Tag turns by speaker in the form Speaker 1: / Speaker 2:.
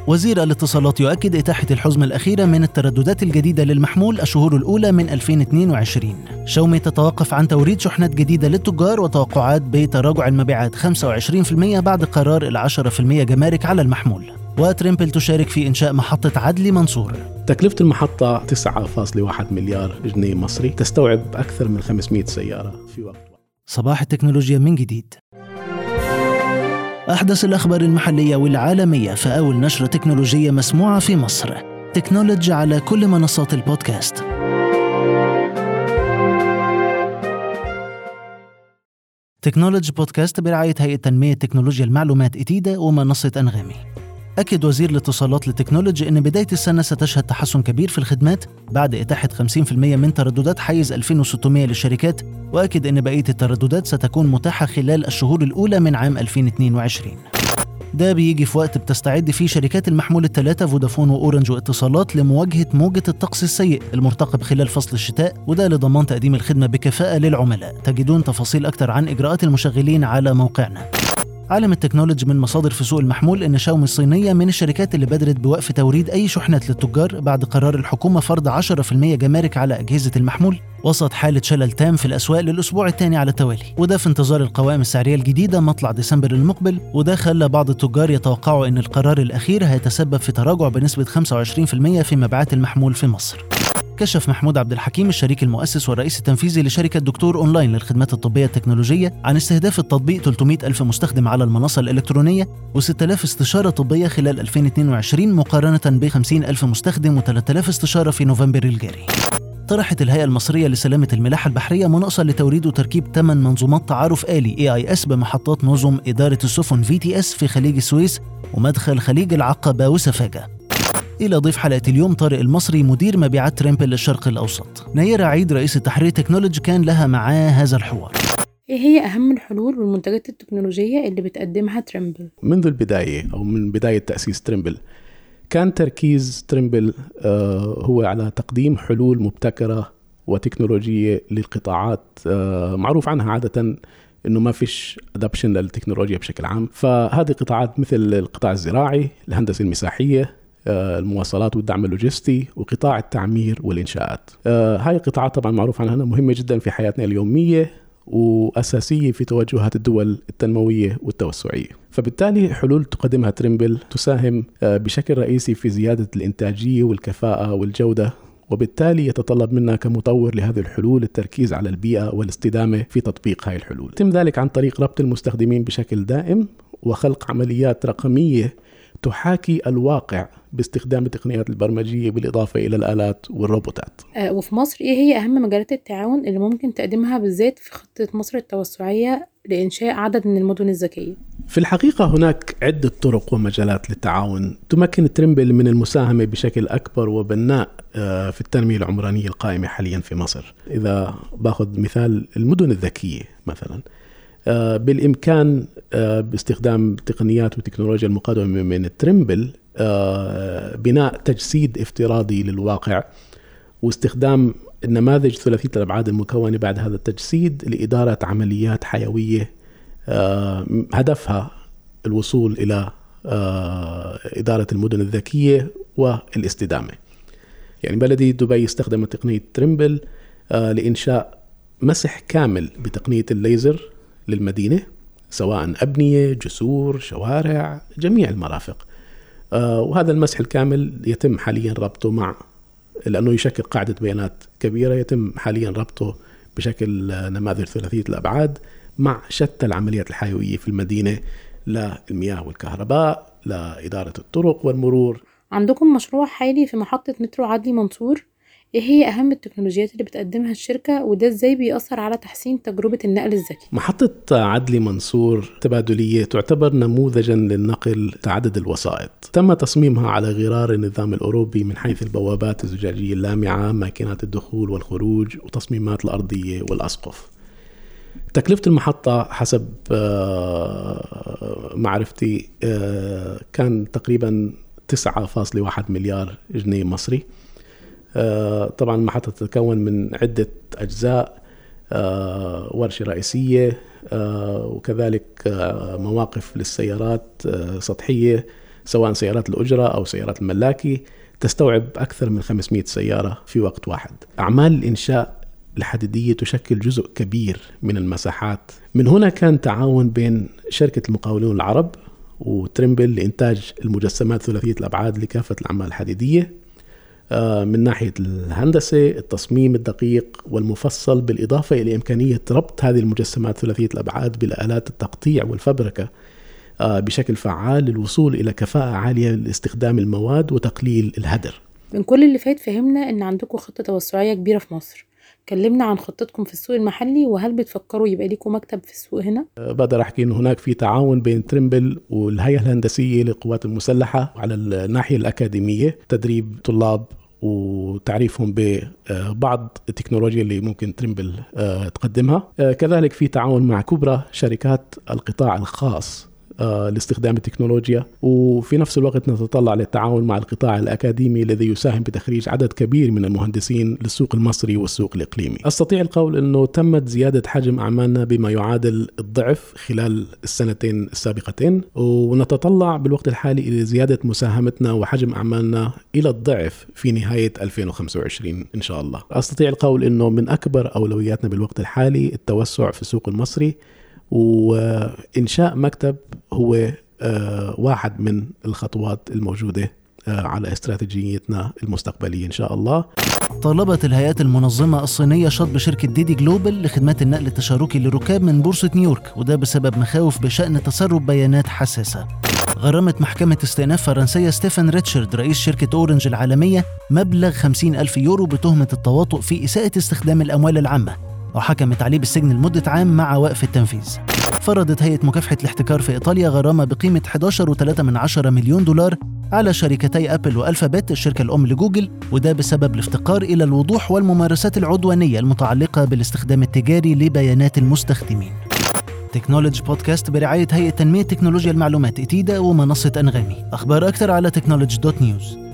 Speaker 1: وزير الاتصالات يؤكد إتاحة الحزمة الأخيرة من الترددات الجديدة للمحمول الشهور الأولى من 2022. شاومي تتوقف عن توريد شحنات جديدة للتجار وتوقعات بتراجع المبيعات 25% بعد قرار 10% جمارك على المحمول. وتريمبل تشارك في إنشاء محطة عدلي منصور.
Speaker 2: تكلفة المحطة 9.1 مليار جنيه مصري، تستوعب أكثر من 500 سيارة في وقت.
Speaker 1: صباح التكنولوجيا من جديد. أحدث الأخبار المحلية والعالمية في أول نشرة تكنولوجية مسموعة في مصر. تكنولوجي على كل منصات البودكاست. تكنولوجي بودكاست برعاية هيئة تنمية تكنولوجيا المعلومات إتيدا ومنصة أنغامي. أكد وزير الاتصالات للتكنولوجي أن بداية السنة ستشهد تحسن كبير في الخدمات بعد إتاحة 50% من ترددات حيز 2600 للشركات، وأكد أن بقية الترددات ستكون متاحة خلال الشهور الأولى من عام 2022. ده بيجي في وقت بتستعد فيه شركات المحمول الثلاثة فودافون وأورنج واتصالات لمواجهة موجة الطقس السيء المرتقب خلال فصل الشتاء، وده لضمان تقديم الخدمة بكفاءة للعملاء. تجدون تفاصيل أكتر عن إجراءات المشغلين على موقعنا. عالم التكنولوجي من مصادر في سوق المحمول أن شاومي الصينية من الشركات اللي بدرت بوقف توريد أي شحنات للتجار بعد قرار الحكومة فرض 10% جمارك على أجهزة المحمول، وسط حالة شلل تام في الأسواق للأسبوع الثاني على التوالي، وده في انتظار القوائم السعرية الجديدة مطلع ديسمبر المقبل. وده خلى بعض التجار يتوقعوا أن القرار الأخير هيتسبب في تراجع بنسبة 25% في مبيعات المحمول في مصر. كشف محمود عبد الحكيم الشريك المؤسس والرئيس التنفيذي لشركة دكتور أونلاين للخدمات الطبية التكنولوجية عن استهداف التطبيق 300,000 مستخدم على المنصة الإلكترونية و6,000 استشارة طبية خلال 2022 مقارنة ب50,000 مستخدم و3,000 استشارة في نوفمبر الجاري. طرحت الهيئة المصرية لسلامة الملاحة البحرية مناقصة لتوريد وتركيب 8 منظومات تعارف آلي AIS بمحطات نظم إدارة السفن VTS في خليج السويس ومدخل خليج العقبة وسفاجة. إلى ضيف حلقة اليوم طارق المصري مدير مبيعات تريمبل للشرق الأوسط. نيرة عيد رئيس التحرير تكنولوجي كان لها معاه هذا الحوار.
Speaker 3: إيه هي أهم الحلول والمنتجات التكنولوجية اللي بتقدمها تريمبل؟
Speaker 2: منذ البداية أو من بداية تأسيس تريمبل كان تركيز تريمبل هو على تقديم حلول مبتكرة وتكنولوجية للقطاعات معروف عنها عادة إنه ما فيش أدابشن للتكنولوجيا بشكل عام. فهذه قطاعات مثل القطاع الزراعي، الهندسة المساحية، المواصلات والدعم اللوجستي، وقطاع التعمير والإنشاءات. هاي القطاعات طبعا معروف عنها مهمة جدا في حياتنا اليومية وأساسية في توجهات الدول التنموية والتوسعية. فبالتالي حلول تقدمها تريمبل تساهم بشكل رئيسي في زيادة الإنتاجية والكفاءة والجودة، وبالتالي يتطلب منا كمطور لهذه الحلول التركيز على البيئة والاستدامة في تطبيق هاي الحلول. يتم ذلك عن طريق ربط المستخدمين بشكل دائم وخلق عمليات رقمية تحاكي الواقع باستخدام التقنيات البرمجية بالإضافة إلى الآلات والروبوتات.
Speaker 3: وفي مصر إيه هي أهم مجالات التعاون اللي ممكن تقدمها بالذات في خطة مصر التوسعية لإنشاء عدد من المدن الذكية؟
Speaker 2: في الحقيقة هناك عدة طرق ومجالات للتعاون تمكن تريمبل من المساهمة بشكل أكبر وبناء في التنمية العمرانية القائمة حاليا في مصر. إذا باخذ مثال المدن الذكية مثلا، بالإمكان باستخدام تقنيات وتكنولوجيا المقدمة من التريمبل بناء تجسيد افتراضي للواقع واستخدام النماذج ثلاثية الأبعاد المكونة بعد هذا التجسيد لإدارة عمليات حيوية هدفها الوصول إلى إدارة المدن الذكية والاستدامة. يعني بلدي دبي استخدم تقنية تريمبل لإنشاء مسح كامل بتقنية الليزر للمدينة، سواء أبنية، جسور، شوارع، جميع المرافق. وهذا المسح الكامل يتم حاليا ربطه لأنه يشكل قاعدة بيانات كبيرة، يتم حاليا ربطه بشكل نماذج ثلاثية الأبعاد مع شتى العمليات الحيوية في المدينة، للمياه والكهرباء، لإدارة الطرق والمرور.
Speaker 3: عندكم مشروع حالي في محطة مترو عدلي منصور، ايه هي اهم التكنولوجيات اللي بتقدمها الشركة وده ازاي بيأثر على تحسين تجربة النقل الذكي؟
Speaker 2: محطة عدلي منصور تبادلية تعتبر نموذجا للنقل تعدد الوسائط. تم تصميمها على غرار النظام الأوروبي من حيث البوابات الزجاجية اللامعة، ماكينات الدخول والخروج، وتصميمات الأرضية والأسقف. تكلفة المحطة حسب معرفتي كان تقريبا 9.1 مليار جنيه مصري. طبعا المحطة تتكون من عدة أجزاء، ورشة رئيسية وكذلك مواقف للسيارات سطحية، سواء سيارات الأجرة أو سيارات الملاكي، تستوعب أكثر من 500 سيارة في وقت واحد. أعمال الإنشاء الحديدية تشكل جزء كبير من المساحات. من هنا كان تعاون بين شركة المقاولون العرب وترمبل لإنتاج المجسمات ثلاثية الأبعاد لكافة الأعمال الحديدية، من ناحية الهندسة، التصميم الدقيق والمفصل، بالإضافة إلى إمكانية ربط هذه المجسمات ثلاثية الأبعاد بالآلات التقطيع والفبركة بشكل فعال للوصول إلى كفاءة عالية لاستخدام المواد وتقليل الهدر.
Speaker 3: من كل اللي فات فهمنا إن عندكم خطة توسعية كبيرة في مصر. كلمنا عن خطتكم في السوق المحلي، وهل بتفكروا يبقى لكم مكتب في السوق هنا؟
Speaker 2: بقدر أحكي إن هناك في تعاون بين ترمبل والهيئة الهندسية للقوات المسلحة على الناحية الأكاديمية، تدريب طلاب وتعريفهم ببعض التكنولوجيا اللي ممكن ترمبل تقدمها. كذلك في تعاون مع كبرى شركات القطاع الخاص لاستخدام التكنولوجيا، وفي نفس الوقت نتطلع للتعاون مع القطاع الأكاديمي الذي يساهم بتخريج عدد كبير من المهندسين للسوق المصري والسوق الإقليمي. أستطيع القول أنه تمت زيادة حجم أعمالنا بما يعادل الضعف خلال السنتين السابقتين، ونتطلع بالوقت الحالي إلى زيادة مساهمتنا وحجم أعمالنا إلى الضعف في نهاية 2025 إن شاء الله. أستطيع القول أنه من أكبر أولوياتنا بالوقت الحالي التوسع في السوق المصري، وإنشاء مكتب هو واحد من الخطوات الموجودة على استراتيجيتنا المستقبلية إن شاء الله.
Speaker 1: طالبت الهيئات المنظمة الصينية شطب شركة ديدي جلوبال لخدمات النقل التشاركي للركاب من بورصة نيويورك، وده بسبب مخاوف بشأن تسرب بيانات حساسة. غرمت محكمة استئناف فرنسية ستيفان ريتشارد رئيس شركة أورنج العالمية مبلغ 50,000 يورو بتهمة التواطؤ في إساءة استخدام الأموال العامة، وحكمت عليه بالسجن لمدة عام مع وقف التنفيذ. فرضت هيئة مكافحة الاحتكار في إيطاليا غرامة بقيمة 11.3 مليون دولار على شركتي أبل وألفابت الشركة الأم لجوجل، وده بسبب الافتقار إلى الوضوح والممارسات العدوانية المتعلقة بالاستخدام التجاري لبيانات المستخدمين. تكنولوجي بودكاست برعاية هيئة تنمية تكنولوجيا المعلومات إتيدا ومنصة أنغامي. أخبار أكثر على technology.news.